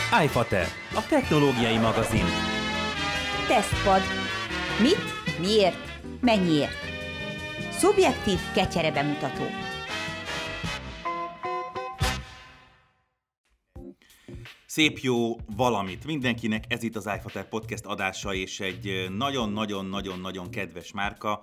iFater, a technológiai magazin. Tesztpad. Mit, miért, mennyiért? Szubjektív ketyere bemutató. Szép jó valamit mindenkinek, ez itt az iFater podcast adása, és egy nagyon-nagyon-nagyon-nagyon kedves márka.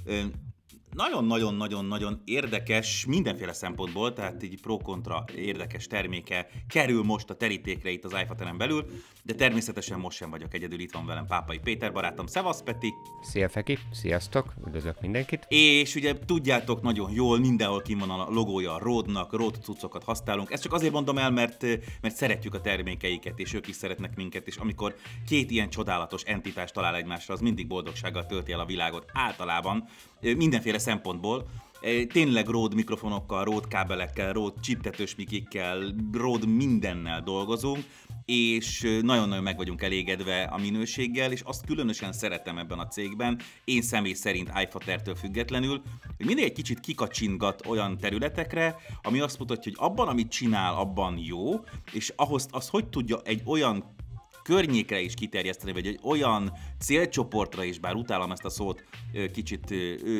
Nagyon-nagyon-nagyon-nagyon érdekes mindenféle szempontból, tehát így pro-kontra érdekes terméke kerül most a terítékre itt az iFateren belül, de természetesen most sem vagyok egyedül, itt van velem Pápai Péter barátom. Szevasz Peti! Szia Feki, sziasztok, üdvözlök mindenkit! És ugye tudjátok nagyon jól, mindenhol kim van a logója a Rode-nak, Rode cuccokat használunk. Ezt csak azért mondom el, mert szeretjük a termékeiket, és ők is szeretnek minket, és amikor két ilyen csodálatos entitás talál egymásra, az mindig boldogsággal tölti el a világot általában, mindenféle szempontból. Tényleg Rode mikrofonokkal, Rode kábelekkel, Rode chiptetős mikikkel, Rode mindennel dolgozunk, és nagyon-nagyon meg vagyunk elégedve a minőséggel, és azt különösen szeretem ebben a cégben, én személy szerint iFatertől függetlenül, hogy mindig egy kicsit kikacsingat olyan területekre, ami azt mutatja, hogy abban, amit csinál, abban jó, és ahhoz az hogy tudja egy olyan környékre is kiterjeszteni, vagy egy olyan célcsoportra is, bár utálom ezt a szót kicsit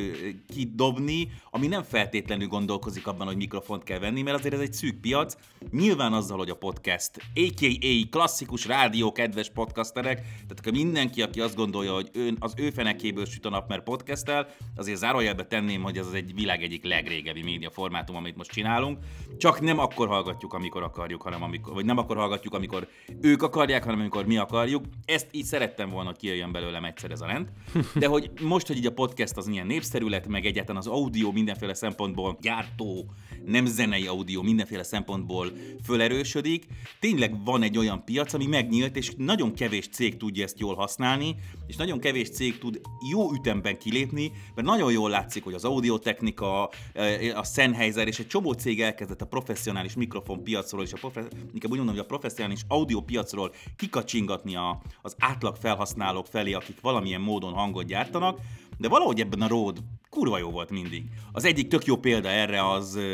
kidobni, ami nem feltétlenül gondolkozik abban, hogy mikrofont kell venni, mert azért ez egy szűk piac. Nyilván azzal, hogy a podcast, a.k.a. klasszikus rádió, kedves podcasterek, tehát akkor mindenki, aki azt gondolja, hogy az ő fenekéből süt a nap, mert podcastel, azért zárójelbe tenném, hogy ez az egy világ egyik legrégebbi média formátum, amit most csinálunk. Csak nem akkor hallgatjuk, amikor akarjuk, vagy nem akkor hallgatjuk, amikor ők akarják, hanem amikor mi akarjuk. Ezt így szerettem volna, hogy kijöjjön belőlem egyszer ez a rend. De hogy most, hogy így a podcast az milyen népszerű lett, meg egyáltalán az audio mindenféle szempontból gyártó, nem zenei audio mindenféle szempontból fölerősödik, tényleg van egy olyan piac, ami megnyílt, és nagyon kevés cég tudja ezt jól használni, és nagyon kevés cég tud jó ütemben kilépni, mert nagyon jól látszik, hogy az audiotechnika, a Sennheiser és egy csomó cég elkezdett a professzionális mikrofon piacról, és inkább úgy mondom, hogy a professzionális audio piacról kikacsingatni az átlag felhasználók felé, akik valamilyen módon hangot gyártanak, de valahogy ebben a Rode kurva jó volt mindig. Az egyik tök jó példa erre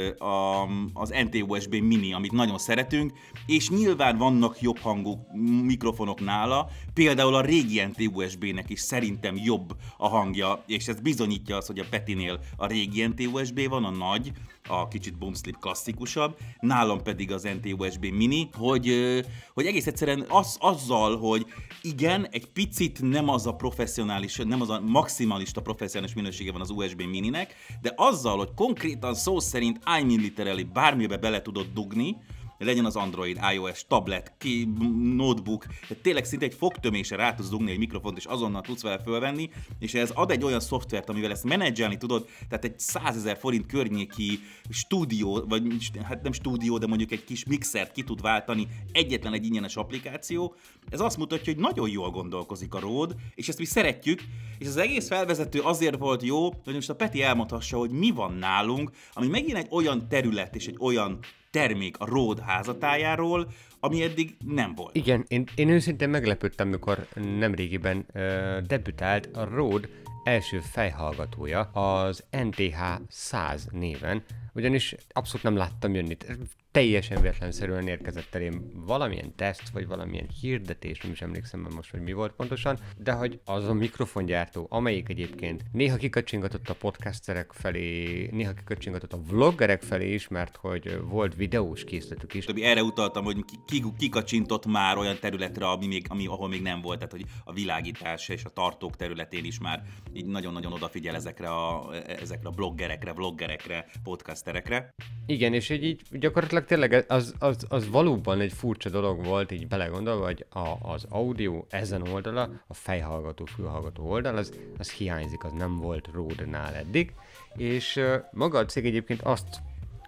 az NT-USB Mini, amit nagyon szeretünk, és nyilván vannak jobb hangú mikrofonok nála, például a régi NT-USB-nek is szerintem jobb a hangja, és ez bizonyítja azt, hogy a Petinél a régi NT-USB van, a nagy, a kicsit boomslip klasszikusabb, nálam pedig az NT-USB Mini, hogy egész egyszerűen azzal, hogy igen, egy picit nem az a professzionális, nem az a maximalista professzionális minősége van az USB Mininek, de azzal, hogy konkrétan szó szerint literally bármibe bele tudod dugni, legyen az Android, iOS, tablet, notebook, tehát tényleg szinte egy fogtömésre rá tudsz dugni egy mikrofont, és azonnal tudsz vele fölvenni, és ez ad egy olyan szoftvert, amivel ezt menedzselni tudod, tehát egy 100 000 forint környéki stúdió, vagy hát nem stúdió, de mondjuk egy kis mixert ki tud váltani egyetlen egy ingyenes applikáció. Ez azt mutatja, hogy nagyon jól gondolkozik a Rode, és ezt mi szeretjük, és az egész felvezető azért volt jó, hogy most a Peti elmondhassa, hogy mi van nálunk, ami megint egy olyan terület és egy olyan termék a Rode házatájáról, ami eddig nem volt. Igen, én őszintén meglepődtem, amikor nemrégiben debütált a Rode első fejhallgatója, az NTH 100 néven, ugyanis abszolút nem láttam jönni. Teljesen véletlenszerűen érkezett elém valamilyen teszt, vagy valamilyen hirdetés, nem is emlékszem már most, hogy mi volt pontosan, de hogy az a mikrofongyártó, amelyik egyébként néha kikacsingatott a podcasterek felé, néha kikacsingatott a vloggerek felé is, mert hogy volt videós készletük is. Erre utaltam, hogy kikacsintott már olyan területre, ahol még nem volt, tehát hogy a világítás és a tartók területén is már így nagyon-nagyon odafigyel ezekre a bloggerekre, vloggerekre, podcasterekre. Igen, és így gyakorlatilag tényleg az valóban egy furcsa dolog volt, így belegondolva, hogy az audio ezen oldala, a fejhallgató, fülhallgató oldal, az hiányzik, az nem volt Rode-nál eddig, és maga a cég egyébként azt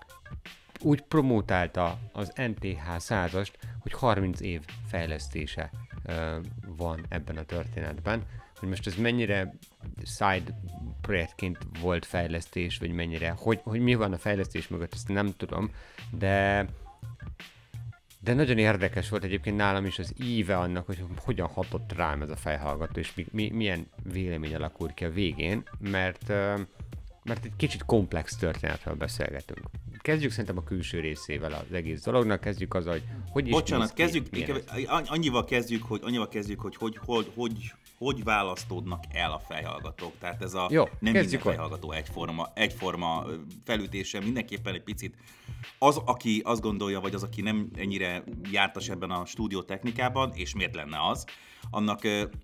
úgy promótálta az NTH 100-ast, hogy 30 év fejlesztése van ebben a történetben, hogy most ez mennyire side projektként volt fejlesztés, vagy mennyire, hogy mi van a fejlesztés mögött, ezt nem tudom, de nagyon érdekes volt egyébként nálam is az íve annak, hogy hogyan hatott rám ez a fejhallgató, és milyen vélemény alakult ki a végén, mert egy kicsit komplex történetről beszélgetünk. kezdjük szerintem a külső részével az egész dolognak, kezdjük azzal, hogy is Bocsánat, néz ki, kezdjük, annyival kezdjük, hogy választódnak el a fejhallgatók. Tehát ez a Jó, nem minden kezdjük fejhallgató egyforma felütése, mindenképpen egy picit az, aki azt gondolja, vagy az, aki nem ennyire jártas ebben a stúdió technikában, és miért lenne az, annak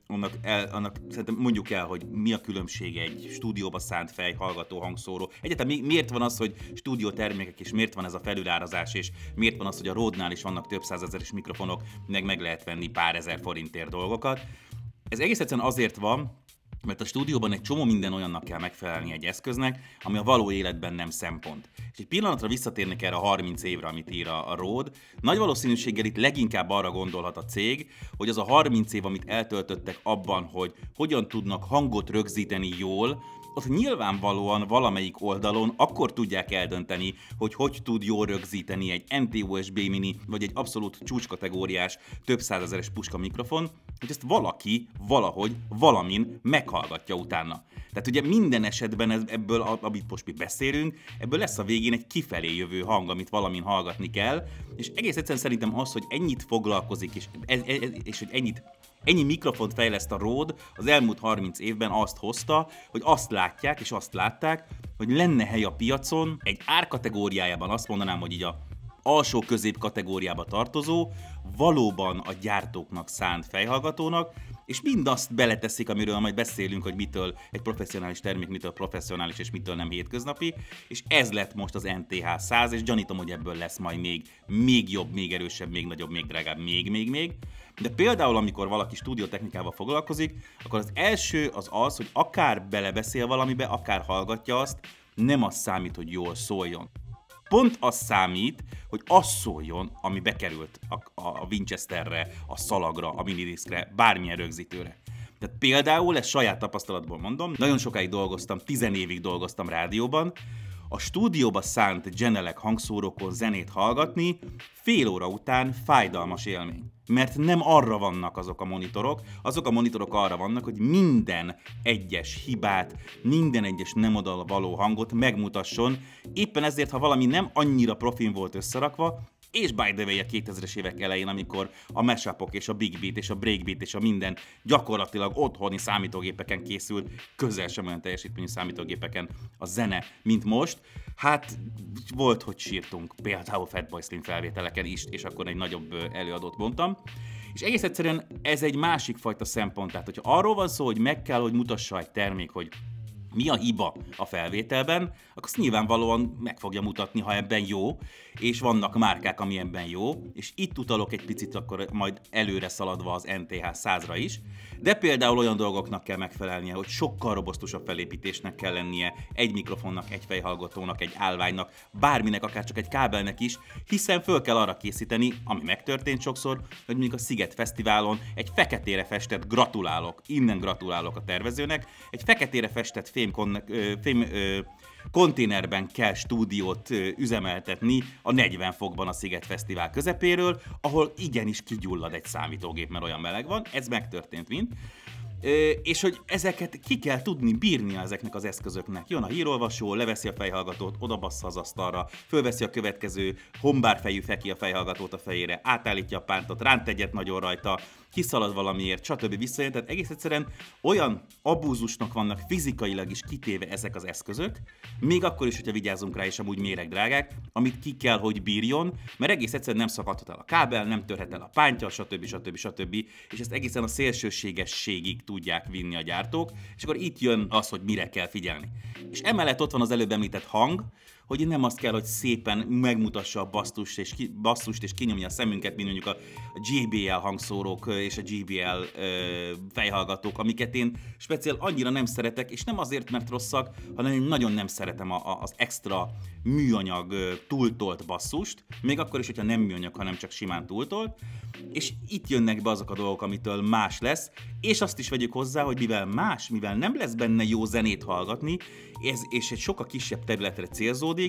szerintem mondjuk el, hogy mi a különbség egy stúdióba szánt fejhallgató, hangszóró. Egyáltalán miért van az, hogy stúdiótermékek, és miért van ez a felülárazás, és miért van az, hogy a Rode-nál is vannak több százezeres mikrofonok, meg lehet venni pár ezer forintért dolgokat. Ez egész egyszerűen azért van, mert a stúdióban egy csomó minden olyannak kell megfelelni egy eszköznek, ami a való életben nem szempont. És egy pillanatra visszatérnek erre a 30 évre, amit ír a Rode. Nagy valószínűséggel itt leginkább arra gondolhat a cég, hogy az a 30 év, amit eltöltöttek abban, hogy hogyan tudnak hangot rögzíteni jól, ott nyilvánvalóan valamelyik oldalon akkor tudják eldönteni, hogy tud jól rögzíteni egy NT-USB mini, vagy egy abszolút csúcskategóriás, több százezeres puska mikrofon, hogy ezt valaki, valahogy, valamin meghallgatja utána. Tehát ugye minden esetben ebből, amit most mi beszélünk, ebből lesz a végén egy kifelé jövő hang, amit valamin hallgatni kell, és egész egyszerűen szerintem az, hogy ennyit foglalkozik, és hogy ennyi mikrofont fejleszt a Rode, az elmúlt 30 évben azt hozta, hogy azt látják és azt látták, hogy lenne hely a piacon, egy árkategóriájában azt mondanám, hogy így a alsó-közép kategóriába tartozó, valóban a gyártóknak szánt fejhallgatónak, és mindazt beleteszik, amiről majd beszélünk, hogy mitől egy professzionális termék, mitől professzionális és mitől nem hétköznapi, és ez lett most az NTH 100, és gyanítom, hogy ebből lesz majd még jobb, még erősebb, még nagyobb, még drágább, még. De például, amikor valaki stúdiótechnikával foglalkozik, akkor az első az, hogy akár belebeszél valamibe, akár hallgatja azt, nem az számít, hogy jól szóljon. Pont az számít, hogy az szóljon, ami bekerült a Winchesterre, a szalagra, a minidiscre, bármilyen rögzítőre. Tehát például, ezt saját tapasztalatból mondom, nagyon sokáig dolgoztam, 10 évig dolgoztam rádióban, a stúdióba szánt Genelec hangszórókon zenét hallgatni fél óra után fájdalmas élmény. Mert nem arra vannak azok a monitorok arra vannak, hogy minden egyes hibát, minden egyes nem oda való hangot megmutasson. Éppen ezért, ha valami nem annyira profin volt összerakva, és by the way a 2000-es évek elején, amikor a mashupok és a big beat és a breakbeat és a minden gyakorlatilag otthoni számítógépeken készült, közel sem olyan teljesítményű számítógépeken a zene, mint most, hát volt, hogy sírtunk, például Fatboy Slim felvételeken is, és akkor egy nagyobb előadót mondtam. És egész egyszerűen ez egy másik fajta szempont, tehát hogyha arról van szó, hogy meg kell, hogy mutassa egy termék, hogy mi a hiba a felvételben, akkor azt nyilvánvalóan meg fogja mutatni, ha ebben jó, és vannak márkák, ami ebben jó, és itt utalok egy picit akkor majd előre szaladva az NTH 100-ra is, de például olyan dolgoknak kell megfelelnie, hogy sokkal robosztusabb felépítésnek kell lennie egy mikrofonnak, egy fejhallgatónak, egy állványnak, bárminek, akár csak egy kábelnek is, hiszen föl kell arra készíteni, ami megtörtént sokszor, hogy mondjuk a Sziget Fesztiválon egy feketére festett, innen gratulálok a tervezőnek, egy feketére festett fém konténerben kell stúdiót üzemeltetni a 40 fokban a Sziget Fesztivál közepéről, ahol igenis kigyullad egy számítógép, mert olyan meleg van, ez megtörtént mind. És hogy ezeket ki kell tudni bírnia ezeknek az eszközöknek. Jön a hírolvasó, leveszi a fejhallgatót, odabassza az asztalra, fölveszi a következő hombárfejű feki a fejhallgatót a fejére, átállítja a pántot, ránt egyet nagyon rajta, kiszalad valamiért, stb. Visszajön. Tehát egész egyszerűen olyan abúzusnak vannak fizikailag is kitéve ezek az eszközök, még akkor is, hogyha vigyázzunk rá, és amúgy méregdrágák, amit ki kell, hogy bírjon, mert egész egyszerűen nem szakadhat el a kábel, nem törhet el a pántja, stb. És ezt egészen a szélsőségességig tudják vinni a gyártók, és akkor itt jön az, hogy mire kell figyelni. És emellett ott van az előbb említett hang, hogy nem azt kell, hogy szépen megmutassa a basszust és kinyomja a szemünket, mint mondjuk a JBL hangszórók és a JBL fejhallgatók, amiket én speciál annyira nem szeretek, és nem azért, mert rosszak, hanem én nagyon nem szeretem az extra műanyag túltolt basszust, még akkor is, hogyha nem műanyag, hanem csak simán túltolt, és itt jönnek be azok a dolgok, amitől más lesz, és azt is vegyük hozzá, hogy mivel nem lesz benne jó zenét hallgatni, és egy sokkal kisebb területre célzódik,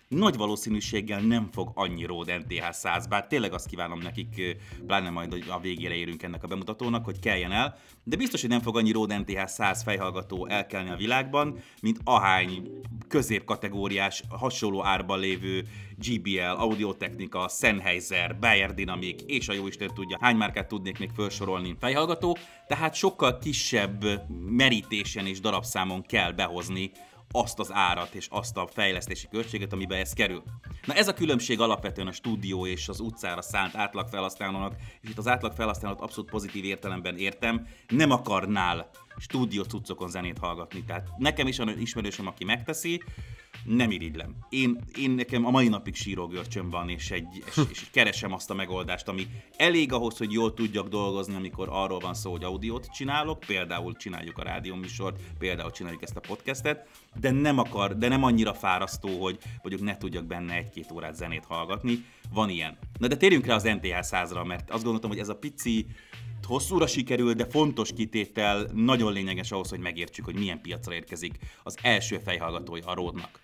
nagy valószínűséggel nem fog annyi Rode NTH 100, bár tényleg azt kívánom nekik, pláne majd hogy a végére érünk ennek a bemutatónak, hogy keljen el, de biztos, hogy nem fog annyi Rode NTH 100 fejhallgató elkelni a világban, mint ahány középkategóriás, hasonló árban lévő JBL, Audio-Technica, Sennheiser, Beyer Dynamic, és a jóisten tudja, hány márkát tudnék még felsorolni fejhallgató, tehát sokkal kisebb merítésen és darabszámon kell behozni azt az árat és azt a fejlesztési költséget, amiben ez kerül. Na ez a különbség alapvetően a stúdió és az utcára szánt átlagfelhasználónak, és itt az átlagfelhasználót abszolút pozitív értelemben értem, nem akarnál stúdió cuccokon zenét hallgatni. Tehát nekem is olyan ismerősöm, aki megteszi, nem irigylem. Én nekem a mai napig sírógörcsöm van, és keresem azt a megoldást, ami elég ahhoz, hogy jól tudjak dolgozni, amikor arról van szó, hogy audiót csinálok, például csináljuk a rádióműsort, például csináljuk ezt a podcastet, de nem annyira fárasztó, hogy mondjuk ne tudjak benne 1-2 órát zenét hallgatni. Van ilyen. Na de térjünk rá az NTH 100-ra, mert azt gondoltam, hogy ez a pici, hosszúra sikerül, de fontos kitétel nagyon lényeges ahhoz, hogy megértsük, hogy milyen piacra érkezik az első fejhallgatója a Rode-nak.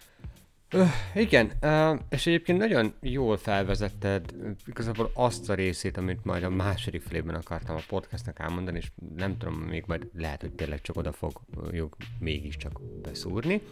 Igen, és egyébként nagyon jól felvezetted igazából azt a részét, amit majd a második felében akartam a podcastnak elmondani, és nem tudom, még majd lehet, hogy tényleg csak oda fogjuk mégiscsak beszúrni.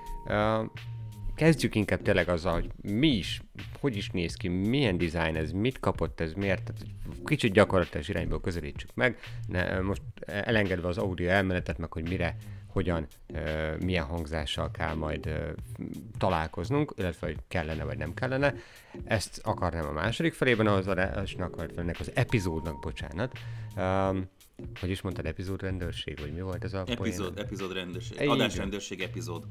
Kezdjük inkább tényleg azzal, hogy hogy is néz ki, milyen design ez, mit kapott ez, miért, tehát kicsit gyakorlatilag irányból közelítsük meg, most elengedve az audio elméletet, meg hogy mire, hogyan, milyen hangzással kell majd találkoznunk, illetve hogy kellene vagy nem kellene. Ezt akarnám a második felében, ennek az epizódnak, bocsánat. Hogy is mondtad, epizódrendőrség, vagy mi volt ez a poén? Epizódrendőrség, adásrendőrség epizód.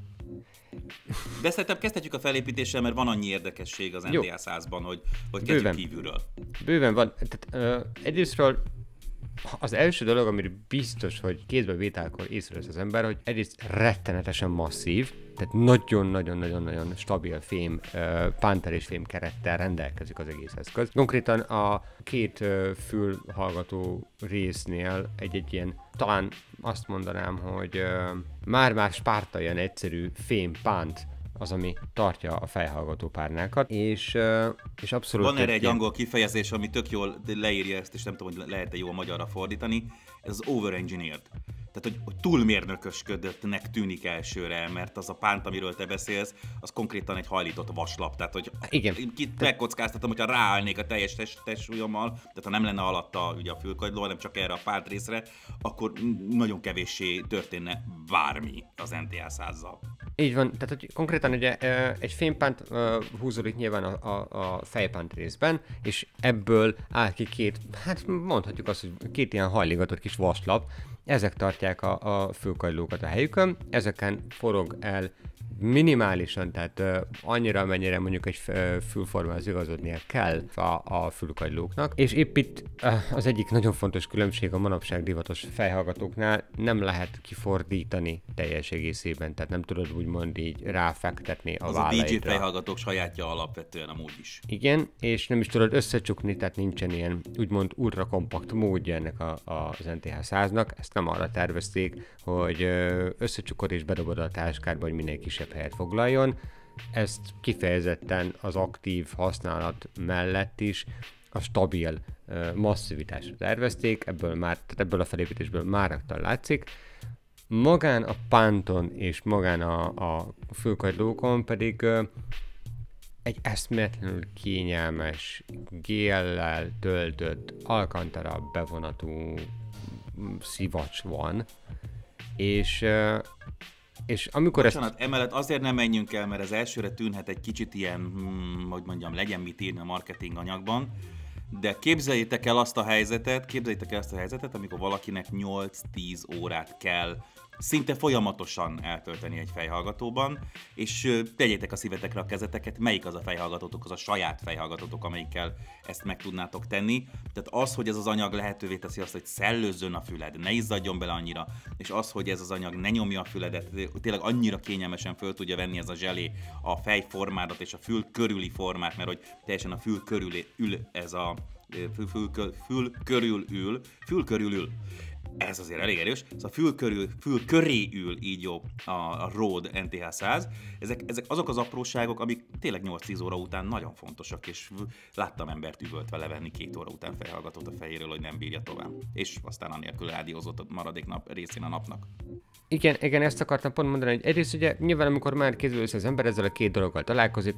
De szerintem kezdhetjük a felépítéssel, mert van annyi érdekesség az NTH 100-ban, hogy kezdjük kívülről. Bőven van. Tehát, egyrésztről az első dolog, amiről biztos, hogy kézbevételkor észrevesz az ember, hogy egyrészt rettenetesen masszív, tehát nagyon-nagyon-nagyon stabil fém, Panther és fém kerettel rendelkezik az egész eszköz. Konkrétan a két fülhallgató résznél egy ilyen, talán azt mondanám, hogy már Spárta ilyen egyszerű fém pánt az, ami tartja a fejhallgató párnákat, és abszolút... Van erre egy angol kifejezés, ami tök jól leírja ezt, és nem tudom, hogy lehet-e jól magyarra fordítani, ez az over-engineered. Tehát, hogy túlmérnökösködöttnek tűnik elsőre, mert az a pánt, amiről te beszélsz, az konkrétan egy hajlított vaslap. Tehát, hogy megkockáztatom, hogyha ráállnék a teljes testsúlyommal, tehát ha nem lenne alatta ugye a fülkagyló, hanem csak erre a pánt részre, akkor nagyon kevéssé történne bármi az NTH 100-zal. Így van, tehát hogy konkrétan ugye egy fémpánt húzódik nyilván a fejpánt részben, és ebből áll ki két, hát mondhatjuk azt, hogy két ilyen hajlígatott kis vaslap, ezek tartják a fülkagylókat a helyükön, ezeken forog el minimálisan, tehát annyira, amennyire mondjuk egy fülformához igazodnia kell a fülkagylóknak, és épp itt az egyik nagyon fontos különbség a manapság divatos fejhallgatóknál, nem lehet kifordítani teljes egészében, tehát nem tudod úgymond így ráfektetni a vállaidra. Az a DJ fejhallgatók sajátja alapvetően amúgy is. Igen, és nem is tudod összecsukni, tehát nincsen ilyen úgymond ultrakompakt módja ennek az NTH 100-nak, ezt nem arra tervezték, hogy összecsukod és bedobod a táskádba, hogy minél kisebb helyet foglaljon. Ezt kifejezetten az aktív használat mellett is a stabil masszivitásra tervezték, ebből a felépítésből már rögtön látszik. Magán a pánton és magán a fülkagylókon pedig egy eszméletlenül kényelmes, géllel töltött Alcantara bevonatú szivacs van, és amikor Bocsánat, emellett azért nem menjünk el, mert az elsőre tűnhet egy kicsit ilyen, hogy mondjam, legyen mit írni a marketing anyagban, de képzeljétek el azt a helyzetet, amikor valakinek 8-10 órát kell szinte folyamatosan eltölteni egy fejhallgatóban, és tegyétek a szívetekre a kezeteket, melyik az a fejhallgatótok, az a saját fejhallgatótok, amelyikkel ezt meg tudnátok tenni. Tehát az, hogy ez az anyag lehetővé teszi azt, hogy szellőzzön a füled, ne izzadjon bele annyira, és az, hogy ez az anyag ne nyomja a füledet, tényleg annyira kényelmesen föl tudja venni ez a zselé a fejformádat és a fül körüli formát, mert hogy teljesen a fül körül ül ez a fül körül ül. Ez azért elég erős. Szóval fül köré ül így jó a Rode NTH 100. Ezek azok az apróságok, amik tényleg 8-10 óra után nagyon fontosak, és láttam embert üvöltve levenni 2 óra után fejhallgatót a fejéről, hogy nem bírja tovább. És aztán anélkül rádiózott a maradék részén a napnak. Igen, ezt akartam pont mondani, hogy egyrészt ugye nyilván amikor már kézül az ember ezzel a két dologgal találkozik,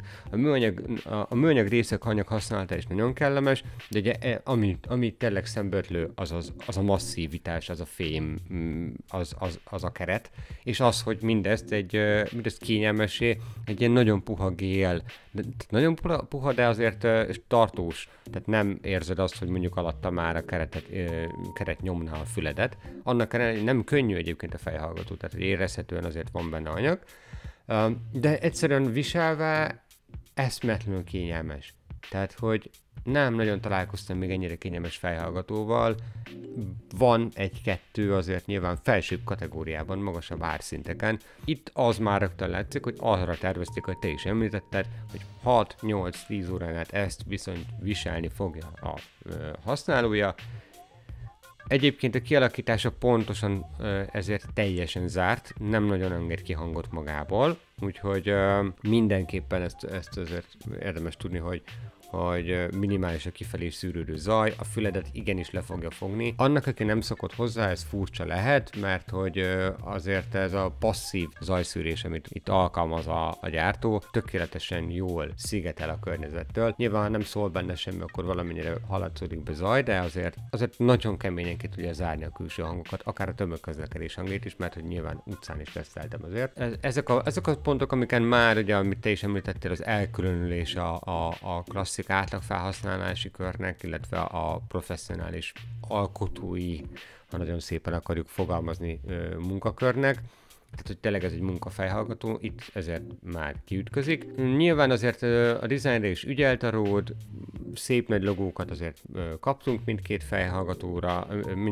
a műanyag részek hanyag használata is nagyon kellemes, de ugye ami tényleg szembeötlő, az a masszívitás, az a fém, az a keret, és az, hogy mindezt kényelmesé egy ilyen nagyon puha gél, nagyon puha, de azért tartós, tehát nem érzed azt, hogy mondjuk alatta már a keret nyomná a füledet. Annak ellenére nem könnyű egyébként a fejhallgató, tehát érezhetően azért van benne anyag, de egyszerűen viselve eszméletlenül kényelmes. Tehát, hogy nem nagyon találkoztam még ennyire kényelmes fejhallgatóval. Van egy-kettő azért nyilván felsőbb kategóriában, magasabb árszinteken. Itt az már rögtön látszik, hogy arra tervezték, hogy te is említetted, hogy 6-8-10 órán át ezt viszont viselni fogja a használója. Egyébként a kialakítása pontosan ezért teljesen zárt, nem nagyon enged ki hangot magából, úgyhogy mindenképpen ezt azért érdemes tudni, hogy minimális a kifelé szűrődő zaj, a füledet igenis le fogja fogni. Annak, aki nem szokott hozzá, ez furcsa lehet, mert hogy azért ez a passzív zajszűrés, amit itt alkalmaz a gyártó, tökéletesen jól szigetel a környezettől. Nyilván, ha nem szól benne semmi, akkor valamennyire hallatszódik be zaj, de azért nagyon keményen ki tudja zárni a külső hangokat, akár a tömegközlekedés hangját is, mert hogy nyilván utcán is teszteltem azért. Ezek a pontok, amiken már, ugye, amit te is említettél, az elkülönülés a klasszik átlagfelhasználási körnek, illetve a professzionális alkotói, ha nagyon szépen akarjuk fogalmazni, munkakörnek. Tehát, hogy tényleg ez egy munkafejhallgató, itt ezért már kiütközik. Nyilván azért a dizájnra is ügyelt a Rode, szép nagy logókat azért kaptunk mindkét fejhallgatóra,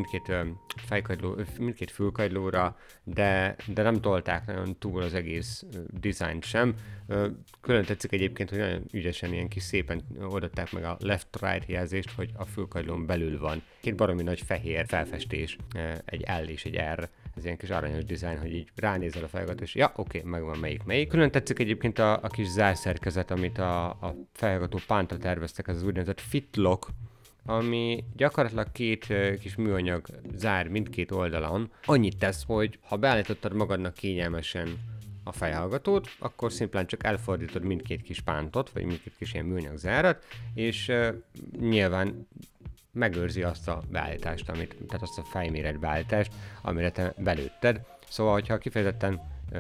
mindkét fülkagylóra, de nem tolták nagyon túl az egész dizájnt sem. Külön tetszik egyébként, hogy nagyon ügyesen ilyen kis szépen oldották meg a left-right jelzést, hogy a fülkagylón belül van két baromi nagy fehér felfestés, egy L és egy R. Ez ilyen kis aranyos dizájn, hogy így ránézel a fejhallgató, és oké, megvan melyik. Külön tetszik egyébként a kis zárszerkezet, amit a fejhallgató pántra terveztek, ez az úgynevezett fitlock, ami gyakorlatilag két kis műanyag zár mindkét oldalon. Annyit tesz, hogy ha beállítottad magadnak kényelmesen a fejhallgatót, akkor szimplán csak elfordítod mindkét kis pántot, vagy mindkét kis ilyen műanyag zárat, és nyilván megőrzi azt a beállítást, tehát azt a fejméret beállítást, amire te belőtted. Szóval, hogyha kifejezetten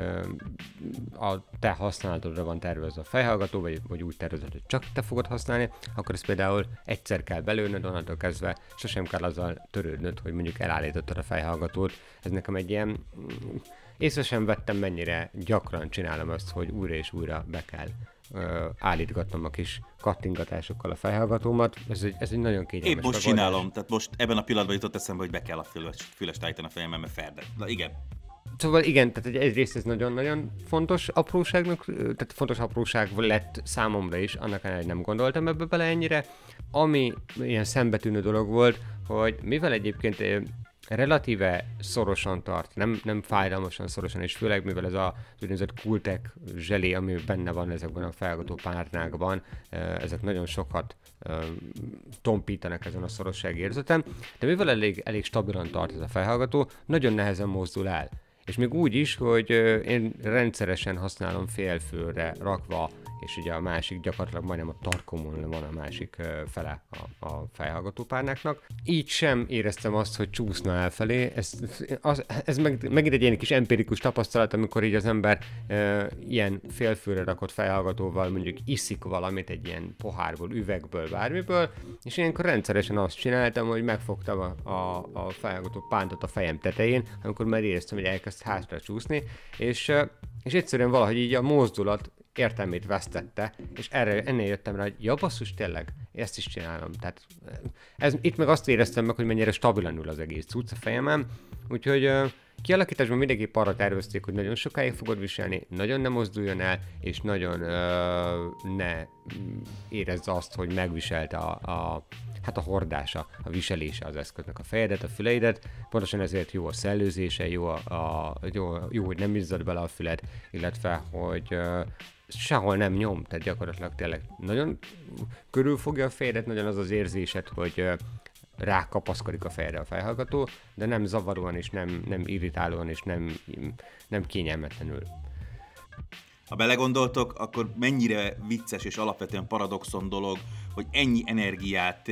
a te használatodra van tervezve a fejhallgató, vagy úgy tervezed, hogy csak te fogod használni, akkor ezt például egyszer kell belőnöd, onnantól kezdve sosem kell azzal törődnöd, hogy mondjuk elállítottad a fejhallgatót. Ez nekem egy ilyen... Észre sem vettem, mennyire gyakran csinálom azt, hogy újra és újra be kell állítgatnom a kis kattingatásokkal a fejhallgatómat. Ez egy nagyon kényelmes. Épp most csinálom, tehát most ebben a pillanatban jutott eszembe, hogy be kell a fülest állítani a fejemben, mert ferdek. Na igen. Szóval igen, tehát egyrészt ez nagyon-nagyon fontos apróságnak, tehát fontos apróság lett számomra is, annak ellenére nem gondoltam ebbe bele ennyire. Ami ilyen szembetűnő dolog volt, hogy mivel egyébként relatíve szorosan tart, nem fájdalmasan szorosan, és főleg mivel ez az úgynevezett Cooltech zselé, ami benne van ezekben a fejhallgató párnákban, ezek nagyon sokat tompítanak ezen a szorossági érzeten, de mivel elég stabilan tart ez a fejhallgató, nagyon nehezen mozdul el. És még úgy is, hogy én rendszeresen használom félfülre rakva, és ugye a másik gyakorlatilag majdnem a tarkomon van a másik fele a fejhallgatópárnáknak. Így sem éreztem azt, hogy csúszna elfelé. Ez megint egy ilyen kis empirikus tapasztalat, amikor így az ember ilyen félfülre rakott fejhallgatóval mondjuk iszik valamit egy ilyen pohárból, üvegből, bármiből, és ilyenkor rendszeresen azt csináltam, hogy megfogtam a fejhallgató pántot a fejem tetején, amikor már éreztem, hogy elkezd hátra csúszni, és egyszerűen valahogy így a mozdulat értelmét vesztette, és ennél jöttem rá, hogy ja basszus, tényleg, ezt is csinálom. Tehát itt meg azt éreztem meg, hogy mennyire stabilan ül az egész cucc a fejemen, úgyhogy kialakításban mindenképp arra tervezték, hogy nagyon sokáig fogod viselni, nagyon ne mozduljon el, és nagyon ne érezze azt, hogy megviselte a hát a hordása, a viselése az eszköznek a fejedet, a füleidet, pontosan ezért jó a szellőzése, jó, hogy nem izzad bele a füled, illetve hogy sehol nem nyom, tehát gyakorlatilag tényleg nagyon körülfogja a fejedet, nagyon az az érzésed, hogy rákapaszkodik a fejedre a fejhallgató, de nem zavaróan és nem irritálóan és nem kényelmetlenül. Ha belegondoltok, akkor mennyire vicces és alapvetően paradoxon dolog, hogy ennyi energiát,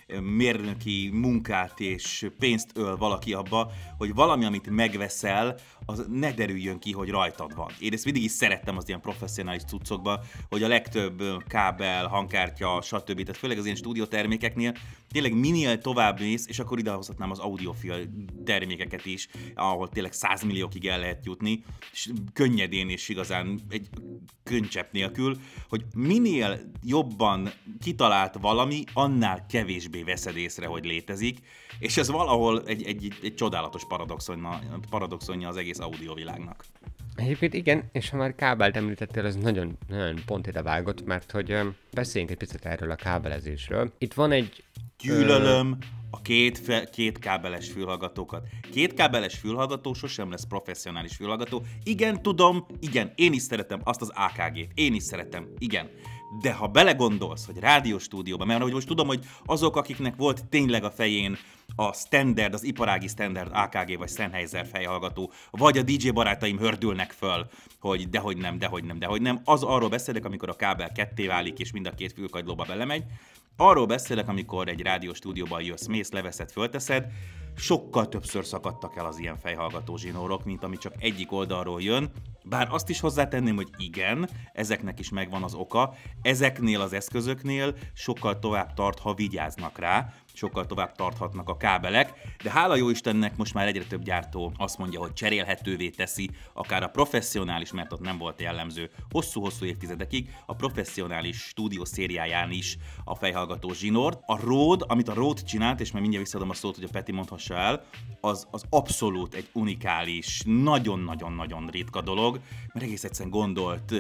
mérnöki munkát és pénzt öl valaki abba, hogy valami, amit megveszel, az ne derüljön ki, hogy rajtad van. Én ezt mindig is szerettem az ilyen professzionális cuccokba, hogy a legtöbb kábel, hangkártya, stb. Tehát főleg az ilyen stúdiótermékeknél tényleg minél tovább mész, és akkor idehozhatnám az audiofil termékeket is, ahol tényleg 100 milliókig el lehet jutni, és könnyedén és igazán egy könycsepp nélkül, hogy minél jobban kitalált valami, annál kevésbé veszed észre, hogy létezik, és ez valahol egy csodálatos paradoxonja az egész audiovilágnak. Egyébként igen, és ha már kábelt említettél, ez nagyon, nagyon pont ide vágott, mert hogy beszéljünk egy picit erről a kábelezésről. Itt van egy... Gyűlölöm a két kábeles fülhallgatókat. Két kábeles fülhallgató sosem lesz professzionális fülhallgató. Igen, tudom, igen, én is szeretem azt az AKG-t. Én is szeretem, igen. De ha belegondolsz, hogy rádióstúdióban, mert hogy most tudom, hogy azok, akiknek volt tényleg a fején a standard, az iparági standard AKG vagy Sennheiser fejhallgató, vagy a DJ barátaim hördülnek föl, hogy dehogy nem, az arról beszélek, amikor a kábel ketté válik, és mind a két fülkagylóba belemegy. Arról beszélek, amikor egy rádióstúdióban jössz, mész, leveszed, fölteszed, sokkal többször szakadtak el az ilyen fejhallgató zsinórok, mint ami csak egyik oldalról jön. Bár azt is hozzátenném, hogy igen, ezeknek is megvan az oka, ezeknél az eszközöknél sokkal tovább tart, ha vigyáznak rá, sokkal tovább tarthatnak a kábelek, de hála jó Istennek most már egyre több gyártó azt mondja, hogy cserélhetővé teszi, akár a professzionális, mert ott nem volt jellemző hosszú-hosszú évtizedekig, a professzionális stúdió szériáján is a fejhallgató zsinort. A Rode, amit a Rode csinált, és már mindjárt visszaadom a szót, hogy a Peti mondhassa el, az abszolút egy unikális, nagyon-nagyon-nagyon ritka dolog, mert egész egyszerűen gondolt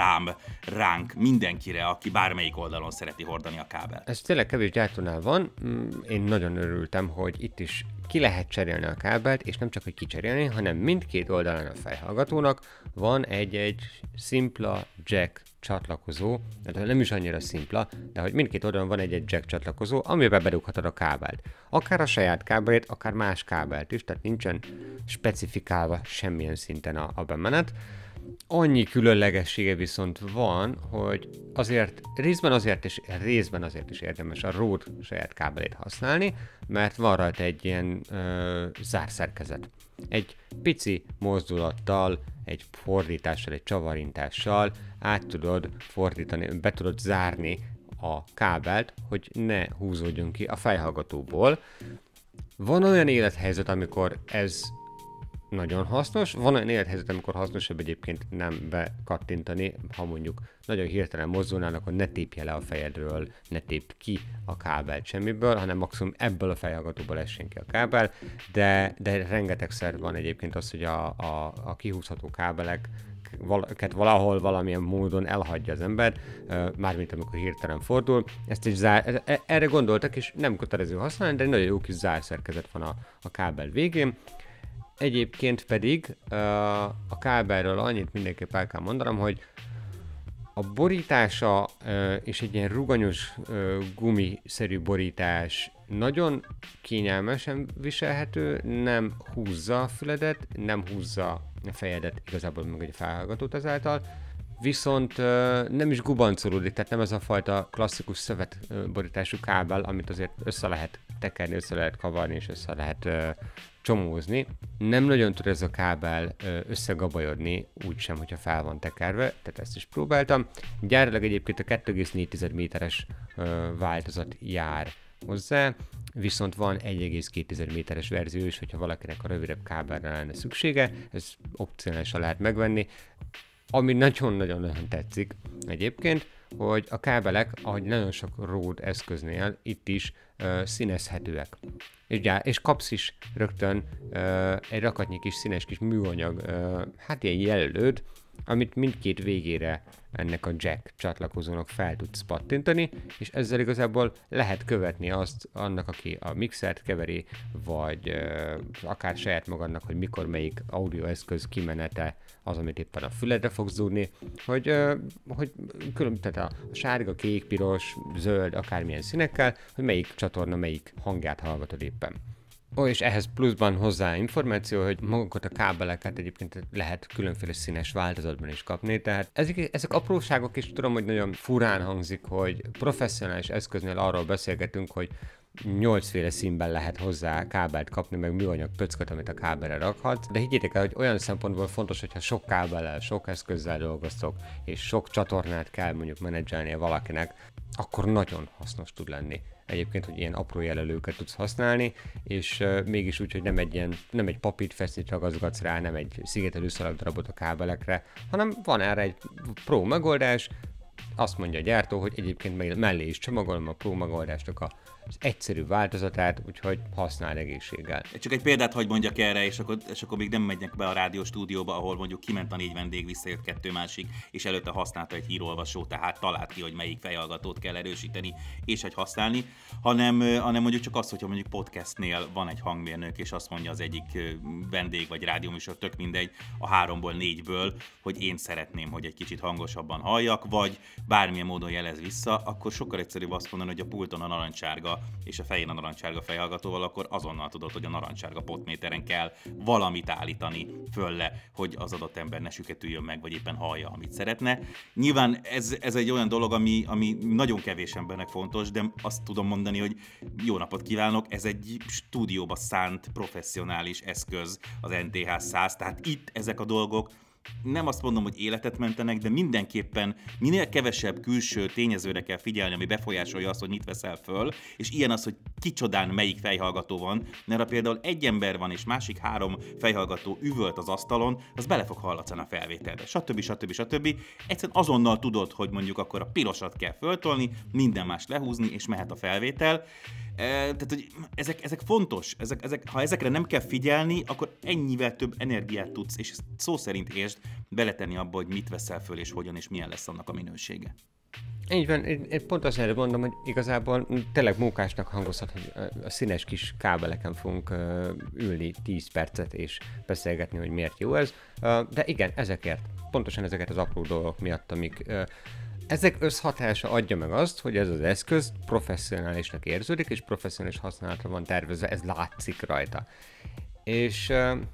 ránk, mindenkire, aki bármelyik oldalon szereti hordani a kábelt. Ez tényleg kevés gyártónál van. Én nagyon örültem, hogy itt is ki lehet cserélni a kábelt, és nem csak, hogy kicserélni, hanem mindkét oldalán a fejhallgatónak van egy szimpla jack csatlakozó, de nem is annyira szimpla, de hogy mindkét oldalon van egy jack csatlakozó, amiben bedughatod a kábelt. Akár a saját kábelét, akár más kábelt is, tehát nincsen specifikálva semmilyen szinten a bemenet. Annyi különlegessége viszont van, hogy azért részben azért is érdemes a Rode saját kábelét használni, mert van rajta egy ilyen zárszerkezet. Egy pici mozdulattal, egy fordítással, egy csavarintással át tudod fordítani, be tudod zárni a kábelt, hogy ne húzódjon ki a fejhallgatóból. Van olyan élethelyzet, amikor ez nagyon hasznos. Van olyan élethelyzet, amikor hasznosabb egyébként nem bekattintani, ha mondjuk nagyon hirtelen mozdulnál, akkor ne tépje le a fejedről, ne tépj ki a kábelt semmiből, hanem maximum ebből a fejhallgatóból essen ki a kábel, de rengetegszer van egyébként az, hogy a kihúzható kábeleket valahol valamilyen módon elhagyja az ember, mármint amikor hirtelen fordul. Ezt is erre gondoltak, és nem kötelező használni, de nagyon jó kis zárszerkezet van a kábel végén. Egyébként pedig a kábelről annyit mindenképp el kell mondanom, hogy a borítása és egy ilyen ruganyos gumiszerű borítás nagyon kényelmesen viselhető, nem húzza a füledet, nem húzza a fejedet, igazából meg egy felhallgatót ezáltal, viszont nem is gubancolódik, tehát nem ez a fajta klasszikus szövetborítású kábel, amit azért össze lehet tekerni, össze lehet kavarni és össze lehet csomózni. Nem nagyon tud ez a kábel összegabajodni, úgysem, hogyha fel van tekerve, tehát ezt is próbáltam. Gyárilag egyébként a 2,4 méteres változat jár hozzá, viszont van 1,2 méteres verzió is, hogyha valakinek a rövidebb kábelre lenne szüksége, ez opcionálisan lehet megvenni. Ami nagyon-nagyon tetszik egyébként, hogy a kábelek, ahogy nagyon sok Rode eszköznél, itt is színezhetőek. És kapsz is rögtön egy rakatnyi kis színes kis műanyag, hát ilyen jelölőt, amit mindkét végére ennek a jack csatlakozónak fel tudsz pattintani, és ezzel igazából lehet követni azt annak, aki a mixert keveri, vagy akár saját magadnak, hogy mikor melyik audioeszköz kimenete az, amit éppen a füledre fogsz zúdni, hogy tehát a sárga, kék, piros, zöld, akármilyen színekkel, hogy melyik csatorna, melyik hangját hallgatod éppen. És ehhez pluszban hozzá információ, hogy magukat a kábeleket egyébként lehet különféle színes változatban is kapni, tehát ezek apróságok, és tudom, hogy nagyon furán hangzik, hogy professzionális eszköznél arról beszélgetünk, hogy 8 féle színben lehet hozzá kábelt kapni, meg műanyag pöcköt, amit a kábelre rakhatsz, de higgyétek el, hogy olyan szempontból fontos, hogyha sok kábellel, sok eszközzel dolgoztok, és sok csatornát kell mondjuk menedzselnie valakinek, akkor nagyon hasznos tud lenni. Egyébként, hogy ilyen apró jelölőket tudsz használni, és mégis úgy, hogy nem egy papírt fesznyit ragaszgatsz rá, nem egy szigetelő szalagdarabot a kábelekre, hanem van erre egy pro megoldás. Azt mondja a gyártó, hogy egyébként mellé is csomagolom a pro megoldásnak az egyszerű változatát, úgyhogy használ egészséggel. Csak egy példát hagy mondjak erre, és akkor még nem megynek be a rádió stúdióba, ahol mondjuk kiment a 4 vendég, visszajött 2 másik, és előtte használta egy hírolvasó, tehát talált ki, hogy melyik fejhallgatót kell erősíteni, és hogy használni, hanem mondjuk csak az, hogyha mondjuk podcastnél van egy hangmérnök, és azt mondja az egyik vendég, vagy rádióműsor, tök mindegy, a 3-ból 4-ből, hogy én szeretném, hogy egy kicsit hangosabban halljak, vagy bármilyen módon jelez vissza, akkor sokkal egyszerűbb azt mondani, hogy a pulton a narancssárga és a fején a narancssárga fejhallgatóval, akkor azonnal tudod, hogy a narancssárga potméteren kell valamit állítani fölle, hogy az adott ember ne süketüljön meg, vagy éppen hallja, amit szeretne. Nyilván ez egy olyan dolog, ami nagyon kevés embernek fontos, de azt tudom mondani, hogy jó napot kívánok, ez egy stúdióba szánt professzionális eszköz, az NTH 100, tehát itt ezek a dolgok nem azt mondom, hogy életet mentenek, de mindenképpen minél kevesebb külső tényezőre kell figyelni, ami befolyásolja azt, hogy mit veszel föl, és ilyen az, hogy kicsodán melyik fejhallgató van, mert ha például egy ember van, és másik 3 fejhallgató üvölt az asztalon, az bele fog hallatszani a felvételbe, stb. Egyszerűen azonnal tudod, hogy mondjuk akkor a pirosat kell föltolni, minden más lehúzni, és mehet a felvétel. Tehát, hogy ezek fontos, ha ezekre nem kell figyelni, akkor ennyivel több energiát tudsz, és szó szerint értsd, beletenni abba, hogy mit veszel föl, és hogyan, és milyen lesz annak a minősége. Így van, én pont azt erre mondom, hogy igazából tényleg mókásnak hangozhat, hogy a színes kis kábeleken fogunk ülni 10 percet, és beszélgetni, hogy miért jó ez. De igen, pontosan ezeket az apró dolgok miatt, amik... Ezek összhatása adja meg azt, hogy ez az eszköz professzionálisnak érződik, és professzionális használatra van tervezve, ez látszik rajta. És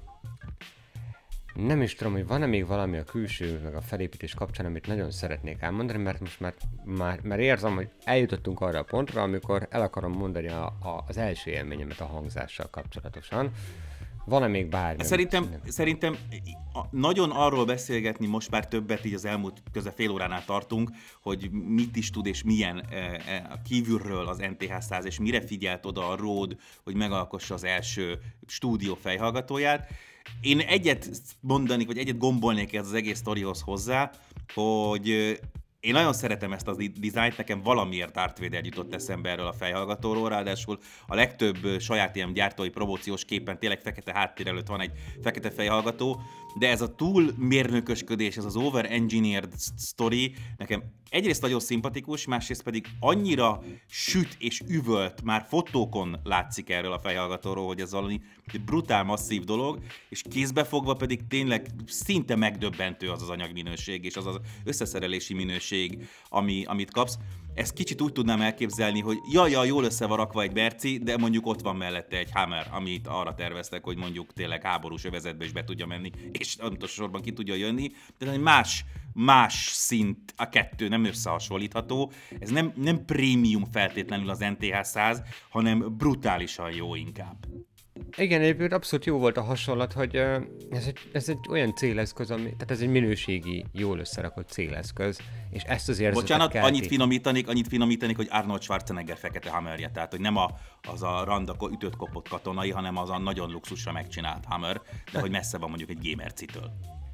nem is tudom, hogy van-e még valami a külső, meg a felépítés kapcsán, amit nagyon szeretnék elmondani, mert most már érzem, hogy eljutottunk arra a pontra, amikor el akarom mondani az első élményemet a hangzással kapcsolatosan. Van-e még bármi? Szerintem nagyon arról beszélgetni most már többet, így az elmúlt közel fél óránál tartunk, hogy mit is tud és milyen kívülről az NTH 100, és mire figyelt oda a Rode, hogy megalkossa az első stúdió fejhallgatóját. Én egyet mondanék, vagy egyet gombolnék ez az egész sztorihoz hozzá, hogy én nagyon szeretem ezt a dizájnt, nekem valamiért Darth Vader jutott eszembe erről a fejhallgatóról, ráadásul a legtöbb saját ilyen gyártói promóciós képen tényleg fekete háttér előtt van egy fekete fejhallgató, de ez a túl mérnökösködés, ez az over-engineered sztori nekem egyrészt nagyon szimpatikus, másrészt pedig annyira süt és üvölt, már fotókon látszik erről a fejhallgatóról, hogy ez valami brutál masszív dolog, és kézbefogva pedig tényleg szinte megdöbbentő az az anyagminőség, és az az összeszerelési minőség, amit kapsz. Ezt kicsit úgy tudnám elképzelni, hogy jól össze van rakva egy Merci, de mondjuk ott van mellette egy Hammer, amit arra terveztek, hogy mondjuk tényleg háborús övezetbe is be tudja menni, és sorban ki tudja jönni. Tehát egy más szint, a kettő nem összehasonlítható. Ez nem prémium feltétlenül az NTH 100, hanem brutálisan jó inkább. Igen, egyébként abszolút jó volt a hasonlat, hogy ez egy olyan céleszköz, tehát ez egy minőségi, jól összerakott céleszköz, és ezt az érzetet Bocsánat, kelti. annyit finomítanik, hogy Arnold Schwarzenegger fekete Hammerje, tehát hogy nem az a randa ütött kopott katonai, hanem az a nagyon luxusra megcsinált Hammer, de hogy messze van mondjuk egy G-Mercitől.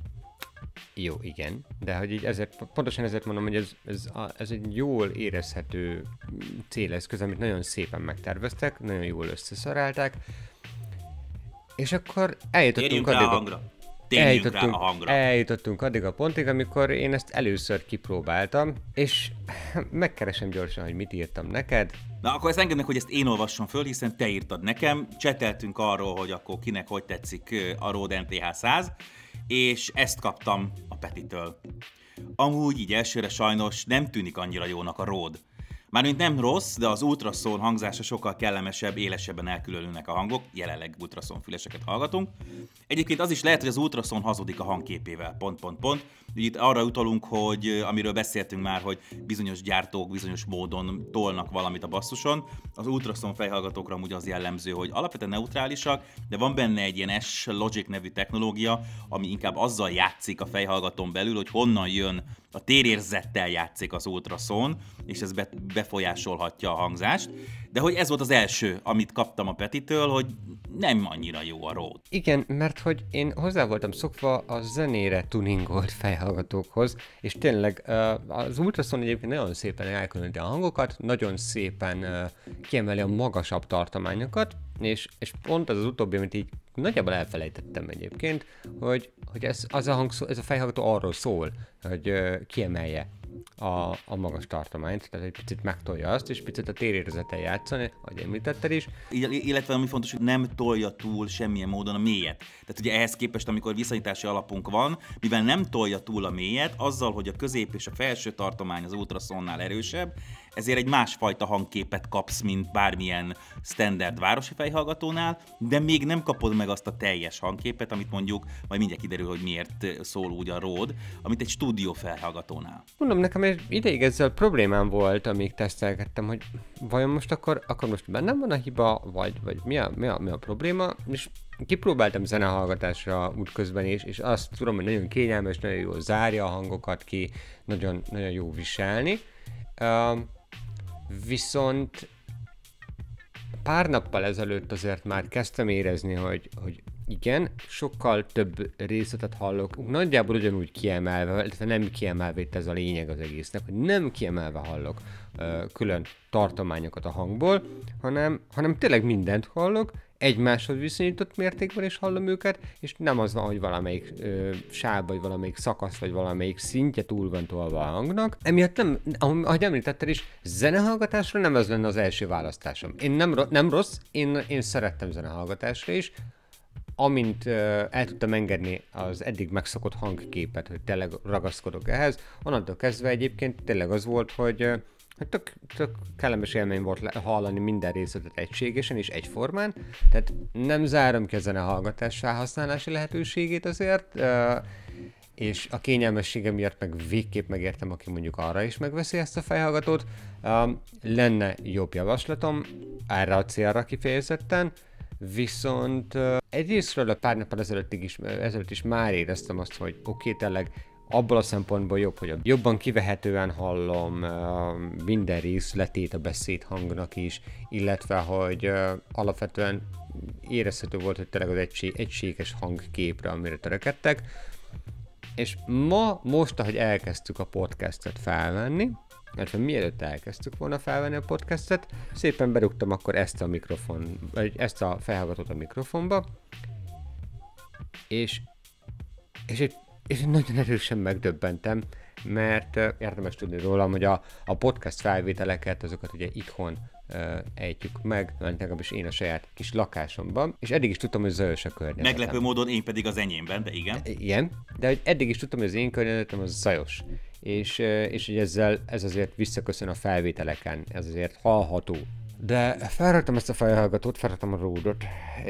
Jó, igen, de hogy így pontosan ezért mondom, hogy ez egy jól érezhető céleszköz, amit nagyon szépen megterveztek, nagyon jól összeszarálták, és akkor eljutottunk addig, térjünk rá a hangra. Eljutottunk addig a pontig, amikor én ezt először kipróbáltam, és megkeresem gyorsan, hogy mit írtam neked. Na, akkor ezt engednek, hogy ezt én olvassam föl, hiszen te írtad nekem, cseteltünk arról, hogy akkor kinek hogy tetszik a Rode NTH 100, és ezt kaptam a Petitől. Amúgy így elsőre sajnos nem tűnik annyira jónak a Rode. Mármint nem rossz, de az ultraszón hangzása sokkal kellemesebb, élesebben elkülönülnek a hangok, jelenleg ultraszón füleseket hallgatunk. Egyébként az is lehet, hogy az ultraszón hazudik a hangképével, Ugye itt arra utalunk, hogy amiről beszéltünk már, hogy bizonyos gyártók bizonyos módon tolnak valamit a basszuson. Az ultraszón fejhallgatókra amúgy az jellemző, hogy alapvetően neutrálisak, de van benne egy ilyen S-Logic nevű technológia, ami inkább azzal játszik a fejhallgatón belül, hogy honnan jön a térérzettel játszik az ultraszón, és ez befolyásolhatja a hangzást. De hogy ez volt az első, amit kaptam a Petitől, hogy nem annyira jó a Rode. Igen, mert hogy én hozzá voltam szokva a zenére tuningolt fejhallgatókhoz, és tényleg az ultraszón egyébként nagyon szépen elkülöníti a hangokat, nagyon szépen kiemeli a magasabb tartományokat, és pont az utóbbi, amit így nagyjából elfelejtettem egyébként, hogy ez a fejhallgató arról szól, hogy kiemelje a magas tartományt, tehát egy picit megtolja azt, és picit a térérzettel játszani, ahogy említetted is. Illetve ami fontos, hogy nem tolja túl semmilyen módon a mélyet. Tehát ugye ehhez képest, amikor viszonyítási alapunk van, mivel nem tolja túl a mélyet, azzal, hogy a közép és a felső tartomány az ultraszónnál erősebb, ezért egy másfajta hangképet kapsz, mint bármilyen standard városi fejhallgatónál, de még nem kapod meg azt a teljes hangképet, amit mondjuk, majd mindjárt kiderül, hogy miért szól úgy a Rode, amit egy stúdió felhallgatónál. Mondom, nekem egy ideig ezzel problémám volt, amíg tesztelgettem, hogy vajon most akkor most bennem van a hiba, vagy mi a probléma, és kipróbáltam zenehallgatásra útközben is, és azt tudom, hogy nagyon kényelmes, nagyon jól zárja a hangokat ki, nagyon, nagyon jó viselni. Viszont pár nappal ezelőtt azért már kezdtem érezni, hogy igen, sokkal több részletet hallok, nagyjából ugyanúgy kiemelve, illetve nem kiemelve, itt ez a lényeg az egésznek, hogy nem kiemelve hallok külön tartományokat a hangból, hanem tényleg mindent hallok, egymáshoz viszonyított mértékben is hallom őket, és nem az van, hogy valamelyik sáv, vagy valamelyik szakasz, vagy valamelyik szintje túl van tolva a hangnak. Emiatt nem, ahogy említetted is, zenehallgatásra nem ez lenne az első választásom. Én nem rossz, én szerettem zenehallgatásra is, amint el tudtam engedni az eddig megszokott hangképet, hogy tényleg ragaszkodok ehhez, onnantól kezdve egyébként tényleg az volt, hogy tök kellemes élmény volt hallani minden részletet egységesen és egyformán, tehát nem zárom ki a zenehallgatás felhasználási lehetőségét azért, és a kényelmessége miatt meg végképp megértem, aki mondjuk arra is megveszi ezt a fejhallgatót. Lenne jobb javaslatom erre a célra kifejezetten, viszont egyrésztről a pár nappal ezelőtt is már éreztem azt, hogy oké, tényleg abból a szempontból jobb, hogy jobban kivehetően hallom minden részletét a beszédhangnak is, illetve hogy alapvetően érezhető volt, hogy tényleg az egységes hangképre, amire törekedtek. És most, ahogy elkezdtük a podcastet felvenni, illetve mielőtt elkezdtük volna felvenni a podcastet, szépen berúgtam akkor ezt a felhallgatót a mikrofonba, és nagyon erősen megdöbbentem, mert érdemes tudni rólam, hogy a podcast felvételeket, azokat ugye itthon ejtjük meg, legalábbis én a saját kis lakásomban, és eddig is tudtam, hogy zajos a környezetem. Meglepő módon én pedig az enyémben, de igen. Igen, de hogy eddig is tudtam, hogy az én környezetem az zajos, és hogy ez azért visszaköszön a felvételeken, ez azért hallható. De felraktam ezt a fejhallgatót, felraktam a Rode-ot,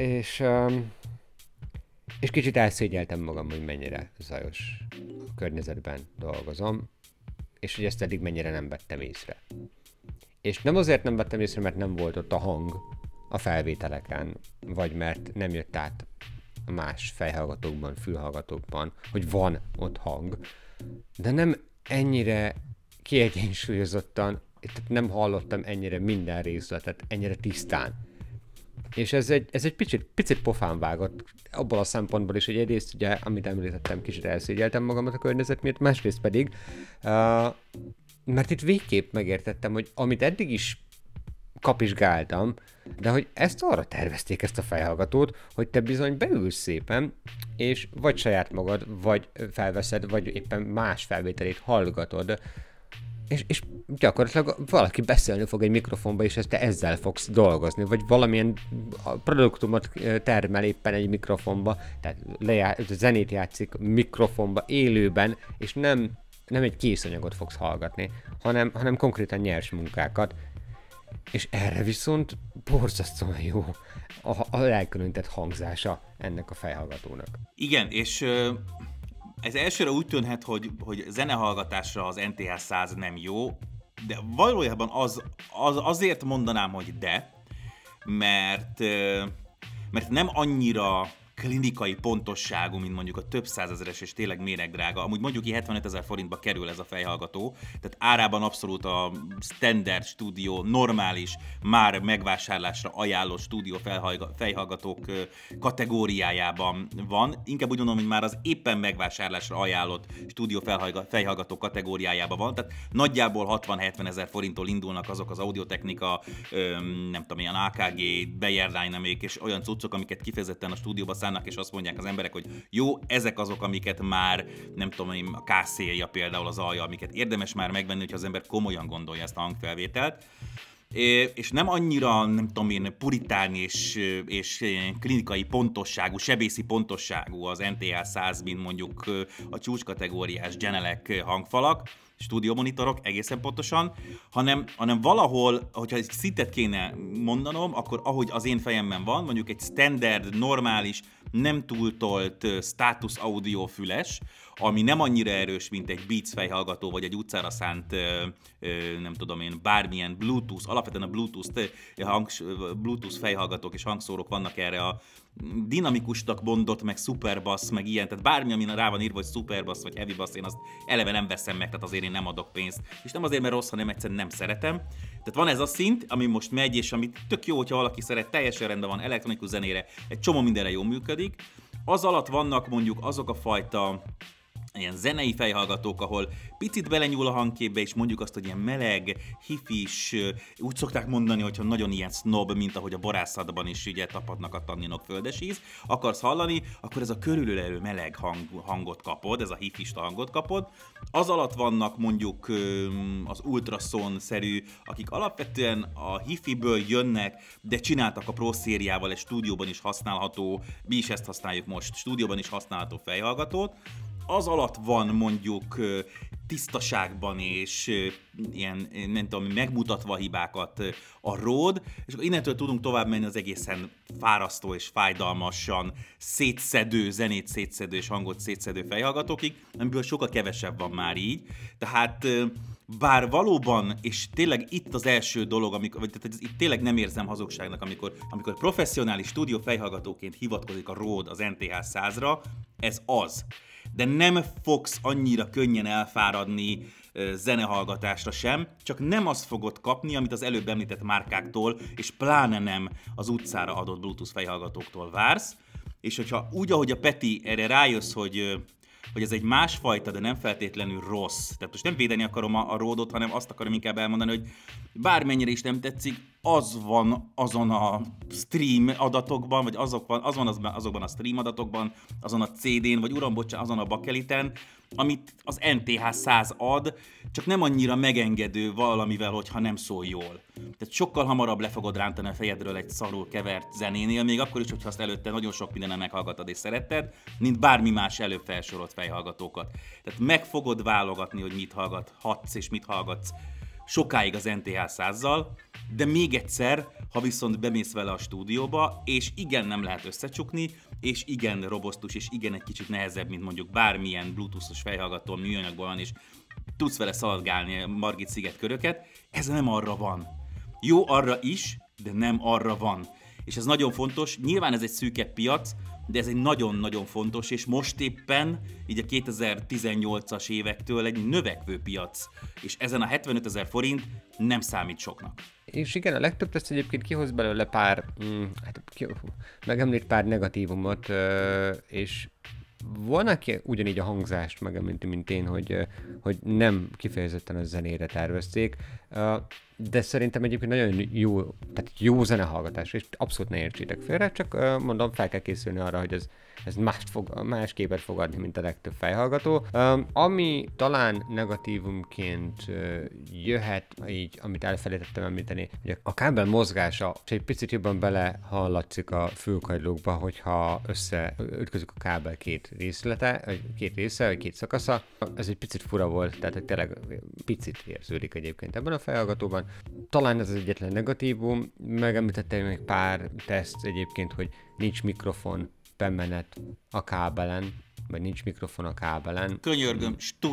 és kicsit elszégyeltem magam, hogy mennyire zajos környezetben dolgozom, és hogy ezt eddig mennyire nem vettem észre. És nem azért nem vettem észre, mert nem volt ott a hang a felvételeken, vagy mert nem jött át a más fejhallgatókban, fülhallgatókban, hogy van ott hang, de nem ennyire kiegyensúlyozottan, tehát nem hallottam ennyire minden részletet, ennyire tisztán. És ez egy picit pofán vágott abból a szempontból is, hogy egyrészt ugye, amit említettem, kicsit elszégyeltem magamat a környezet miatt, másrészt pedig, mert itt végképp megértettem, hogy amit eddig is kapizsgáltam, de hogy ezt arra tervezték, ezt a fejhallgatót, hogy te bizony beülsz szépen, és vagy saját magad, vagy felveszed, vagy éppen más felvételét hallgatod, és gyakorlatilag valaki beszélni fog egy mikrofonba, és te ezzel fogsz dolgozni, vagy valamilyen produktumot termel éppen egy mikrofonba, tehát zenét játszik mikrofonba, élőben, és nem egy készanyagot fogsz hallgatni, hanem konkrétan nyers munkákat. És erre viszont borzasztóan jó a elkülönített hangzása ennek a fejhallgatónak. Igen, és ez elsőre úgy tűnhet, hogy zenehallgatásra az NTH 100 nem jó, de valójában azért mondanám, hogy mert nem annyira klinikai pontosságú, mint mondjuk a több százezeres és tényleg méregdrága. Amúgy mondjuk 75 000 forintba kerül ez a fejhallgató, tehát árában abszolút a standard stúdió, normális, már megvásárlásra ajánló stúdió fejhallgatók kategóriájában van. Inkább úgy mondom, hogy már az éppen megvásárlásra ajánlott stúdió fejhallgató kategóriájában van, tehát nagyjából 60-70 000 forinttól indulnak azok az audiotechnika, nem tudom, ilyen AKG, Beyer Dynamic és olyan cuccok, amiket kifejezetten a stúdióba és azt mondják az emberek, hogy jó, ezek azok, amiket már, nem tudom én, a KC-ja például az alja, amiket érdemes már megvenni, hogyha az ember komolyan gondolja ezt a hangfelvételt. És nem annyira, nem tudom én, puritán és klinikai pontosságú, sebészi pontosságú az NTH 100, mint mondjuk a csúcskategóriás Genelec hangfalak, stúdiómonitorok egészen pontosan, hanem valahol, hogyha egy szintet kéne mondanom, akkor ahogy az én fejemben van, mondjuk egy standard, normális, nem túltolt status audio füles, ami nem annyira erős, mint egy Beats fejhallgató, vagy egy utcára szánt, nem tudom én, bármilyen Bluetooth, alapvetően a Bluetooth fejhallgatók és hangszórók vannak erre a dinamikusnak mondott, meg superbass, meg ilyen, tehát bármi, amin rá van írva, hogy superbass vagy heavy bass, én azt eleve nem veszem meg, tehát azért én nem adok pénzt. És nem azért, mert rossz, hanem egyszerűen nem szeretem. Tehát van ez a szint, ami most megy, és ami tök jó, hogyha valaki szeret, teljesen rendben van, elektronikus zenére, egy csomó mindenre jól működik. Az alatt vannak mondjuk azok a fajta ilyen zenei fejhallgatók, ahol picit belenyúl a hangképbe, és mondjuk azt, hogy ilyen meleg, hifis, úgy szokták mondani, hogyha nagyon ilyen snob, mint ahogy a borászatban is ugye tapadnak a tanninok földesíz, akarsz hallani, akkor ez a körülölelő meleg hangot kapod, ez a hifis hangot kapod. Az alatt vannak mondjuk az ultraszón-szerű, akik alapvetően a hifiből jönnek, de csináltak a Pro szériával egy stúdióban is használható, mi is ezt használjuk most, stúdióban is használható fejhallgatót. Az alatt van mondjuk tisztaságban és ilyen, nem tudom, megmutatva a hibákat a Rode, és akkor innentől tudunk tovább menni az egészen fárasztó és fájdalmasan szétszedő, zenét szétszedő és hangot szétszedő fejhallgatókamikor, amiből sokkal kevesebb van már így. Tehát bár valóban, és tényleg itt az első dolog, itt tényleg nem érzem hazugságnak, amikor professzionális stúdió fejhallgatóként hivatkozik a Rode az NTH 100-ra, ez az. De nem fogsz annyira könnyen elfáradni zenehallgatásra sem, csak nem azt fogod kapni, amit az előbb említett márkáktól, és pláne nem az utcára adott Bluetooth fejhallgatóktól vársz, és hogyha úgy, ahogy a Peti erre rájössz, hogy ez egy másfajta, de nem feltétlenül rossz. Tehát most nem védeni akarom a Rode-ot, hanem azt akarom inkább elmondani, hogy bármennyire is nem tetszik, az van azon a stream adatokban, vagy azokban a stream adatokban, azon a CD-n, vagy uram, bocsánat, azon a bakeliten, amit az NTH 100 ad, csak nem annyira megengedő valamivel, hogyha nem szól jól. Tehát sokkal hamarabb le fogod rántani a fejedről egy szarul kevert zenénél, még akkor is, hogyha azt előtte nagyon sok mindenen meghallgatod és szeretted, mint bármi más előbb felsorolt fejhallgatókat. Tehát meg fogod válogatni, hogy mit hallgathatsz és mit hallgatsz sokáig az NTH 100-zal, de még egyszer, ha viszont bemész vele a stúdióba, és igen, nem lehet összecsukni, és igen, robosztus, és igen, egy kicsit nehezebb, mint mondjuk bármilyen bluetoothos fejhallgató, műanyagban van, és tudsz vele szaladgálni Margit sziget köröket, ez nem arra van. Jó arra is, de nem arra van. És ez nagyon fontos, nyilván ez egy szűkebb piac, de ez egy nagyon-nagyon fontos, és most éppen, így a 2018-as évektől egy növekvő piac, és ezen a 75 000 forint nem számít soknak. És igen, a legtöbb teszt egyébként kihoz belőle pár, megemlít pár negatívumot, és van, aki ugyanígy a hangzást megemlíti, mint én, hogy nem kifejezetten a zenére tervezték, De szerintem egyébként nagyon jó, tehát jó zenehallgatás, és abszolút ne értsétek félre, csak mondom, fel kell készülni arra, hogy ez más képet fog adni, mint a legtöbb fejhallgató. Ami talán negatívumként jöhet, így, amit elfelejtettem említeni, hogy a kábel mozgása egy picit jobban belehallatszik a fülkagylókba, hogyha összeütközük a kábel két része, vagy két szakasza. Ez egy picit fura volt, tehát tényleg picit érződik egyébként ebben a fejhallgatóban. Talán ez az egyetlen negatívum, megemlítettem még pár teszt egyébként, hogy nincs mikrofon bemenet a kábelen, vagy nincs mikrofon a kábelen. Könyörgöm,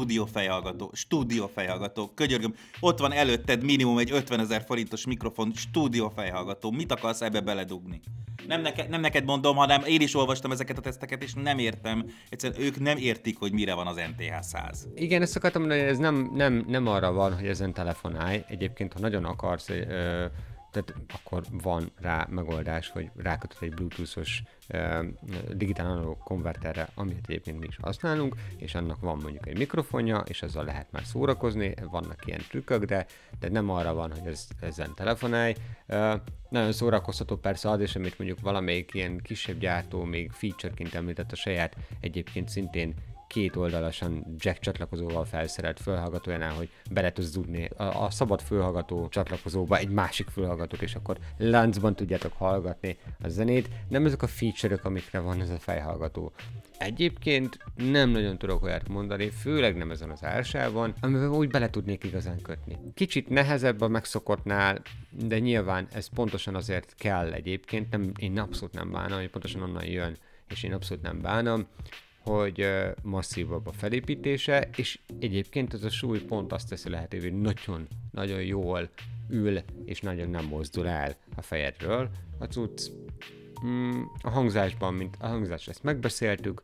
stúdiófejhallgató, könyörgöm, ott van előtted minimum egy 50 000 forintos mikrofon, stúdiófejhallgató, mit akarsz ebbe beledugni? Nem neked mondom, hanem én is olvastam ezeket a teszteket, és nem értem. Egyszerűen ők nem értik, hogy mire van az NTH 100. Igen, ezt akartam mondani, hogy ez nem arra van, hogy ezen telefonálj. Egyébként, ha nagyon akarsz, tehát akkor van rá megoldás, hogy rákötött egy bluetooth-os digitál analóg konverterre, amit egyébként mi is használunk, és annak van mondjuk egy mikrofonja, és azzal lehet már szórakozni, vannak ilyen trükkök, de nem arra van, hogy ezen telefonálj. Nagyon szórakoztató persze az is, amit mondjuk valamelyik ilyen kisebb gyártó még featureként említett a saját, egyébként szintén két oldalasan jack csatlakozóval felszerelt fülhallgatójánál, hogy bele tudsz dugni a szabad fülhallgató csatlakozóba egy másik fülhallgatót, és akkor láncban tudjátok hallgatni a zenét. Nem ezek a feature-ök, amikre van ez a fejhallgató. Egyébként nem nagyon tudok olyat mondani, főleg nem ezen az ársában, amiben úgy bele tudnék igazán kötni. Kicsit nehezebb a megszokottnál, de nyilván ez pontosan azért kell egyébként, én abszolút nem bánom, hogy pontosan onnan jön, és én abszolút nem bánom, hogy masszívabb a felépítése, és egyébként ez a súlypont azt teszi lehetővé, hogy nagyon jól ül, és nagyon nem mozdul el a fejedről. A cucc a hangzásban, a hangzás ezt megbeszéltük,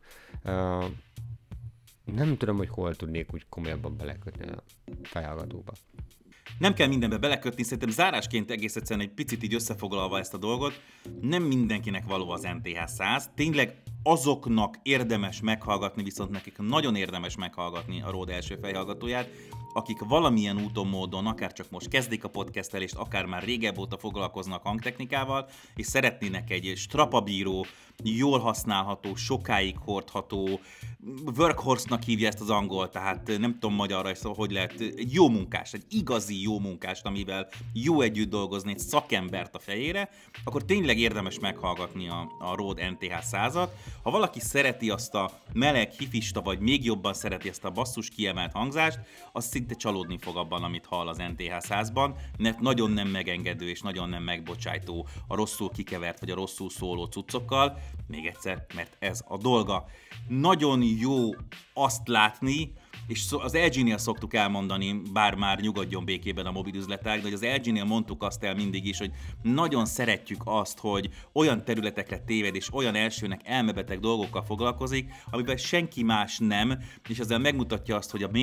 nem tudom, hogy hol tudnék úgy komolyabban belekötni a fejhallgatóba. Nem kell mindenbe belekötni, szerintem zárásként egész egyszerűen egy picit így összefoglalva ezt a dolgot, nem mindenkinek való az NTH 100, tényleg azoknak érdemes meghallgatni, viszont nekik nagyon érdemes meghallgatni a Rode első fejhallgatóját, akik valamilyen úton, módon, akár csak most kezdik a podcastelést, akár már régebb óta foglalkoznak hangtechnikával, és szeretnének egy strapabíró, jól használható, sokáig hordható, workhorse-nak hívja ezt az angol, tehát nem tudom magyarra, szóval hogy lehet, egy jó munkás, egy igazi jó munkást, amivel jó együtt dolgozni, egy szakembert a fejére, akkor tényleg érdemes meghallgatni a Rode NTH 100-at. Ha valaki szereti azt a meleg, hifista, vagy még jobban szereti ezt a basszus kiemelt hangzást, az szinte csalódni fog abban, amit hall az NTH 100-ban, mert nagyon nem megengedő és nagyon nem megbocsájtó a rosszul kikevert vagy a rosszul szóló cuccokkal. Még egyszer, mert ez a dolga. Nagyon jó azt látni, és az LG-nél szoktuk elmondani, bár már nyugodjon békében a mobilüzletág, de hogy az LG-nél mondtuk azt el mindig is, hogy nagyon szeretjük azt, hogy olyan területekre téved és olyan elsőnek elmebeteg dolgokkal foglalkozik, amiben senki más nem, és ezzel megmutatja azt, hogy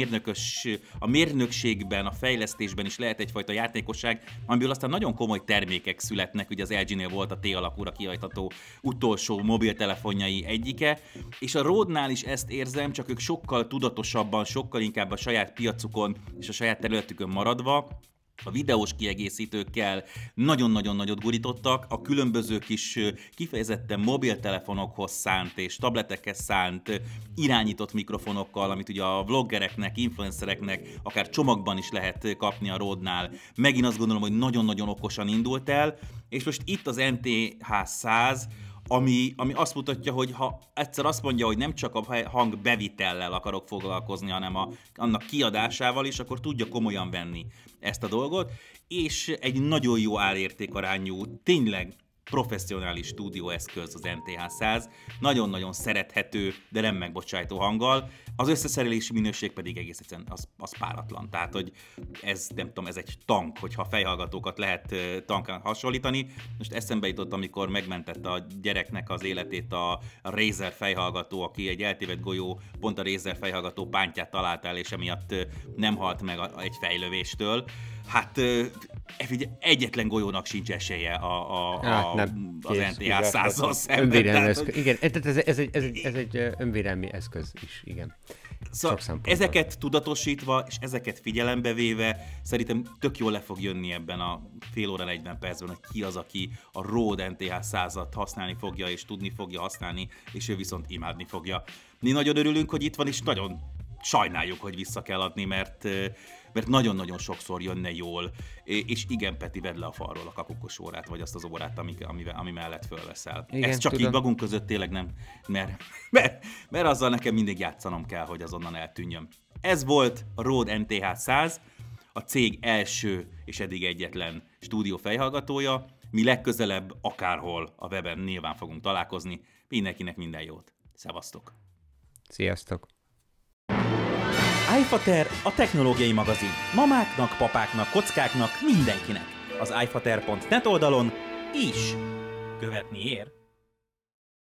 a mérnökségben, a fejlesztésben is lehet egyfajta játékosság, amiből aztán nagyon komoly termékek születnek, ugye az LG-nél volt a T-alakúra kihajtható utolsó mobiltelefonjai egyike, és a Rode-nál is ezt érzem, csak ők sokkal tudatosabban, sokkal inkább a saját piacukon és a saját területükön maradva, a videós kiegészítőkkel nagyon-nagyon nagyot gurítottak, a különböző kis kifejezetten mobiltelefonokhoz szánt és tabletekhez szánt irányított mikrofonokkal, amit ugye a vloggereknek, influencereknek akár csomagban is lehet kapni a Rode-nál. Megint azt gondolom, hogy nagyon-nagyon okosan indult el, és most itt az NTH 100, ami azt mutatja, hogy ha egyszer azt mondja, hogy nem csak a hang bevitellel akarok foglalkozni, hanem annak kiadásával is, akkor tudja komolyan venni ezt a dolgot, és egy nagyon jó árértékarányú, tényleg professzionális stúdióeszköz az NTH 100, nagyon-nagyon szerethető, de nem megbocsájtó hanggal, az összeszerelési minőség pedig egész egyszerűen az páratlan. Tehát, hogy ez, nem tudom, ez egy tank, hogyha fejhallgatókat lehet tankán hasonlítani. Most eszembe jutott, amikor megmentette a gyereknek az életét a Razer fejhallgató, aki egy eltévedt golyó pont a Razer fejhallgató pántját talált el, és emiatt nem halt meg egy fejlövéstől. Hát egyetlen golyónak sincs esélye az NTH 100-zal szemben. Önvédelmi eszköz. Igen, ez egy önvédelmi eszköz is, igen. Szóval ezeket tudatosítva, és ezeket figyelembe véve, szerintem tök jól le fog jönni ebben a fél óra 40 percben, hogy ki az, aki a Rode NTH 100-at használni fogja, és tudni fogja használni, és ő viszont imádni fogja. Mi nagyon örülünk, hogy itt van, és nagyon sajnáljuk, hogy vissza kell adni, mert nagyon-nagyon sokszor jönne jól, és igen, Peti, vedd le a falról a kakukos órát, vagy azt az órát, ami mellett fölveszel. Igen, ezt csak tudom. Így magunk között tényleg nem, mert azzal nekem mindig játszanom kell, hogy azonnan eltűnjön. Ez volt a Rode NTH 100, a cég első és eddig egyetlen stúdió fejhallgatója. Mi legközelebb akárhol a weben nyilván fogunk találkozni. Mindenkinek minden jót. Szevasztok! Sziasztok! iFater a technológiai magazin. Mamáknak, papáknak, kockáknak, mindenkinek. Az iFater.net oldalon is követni ér.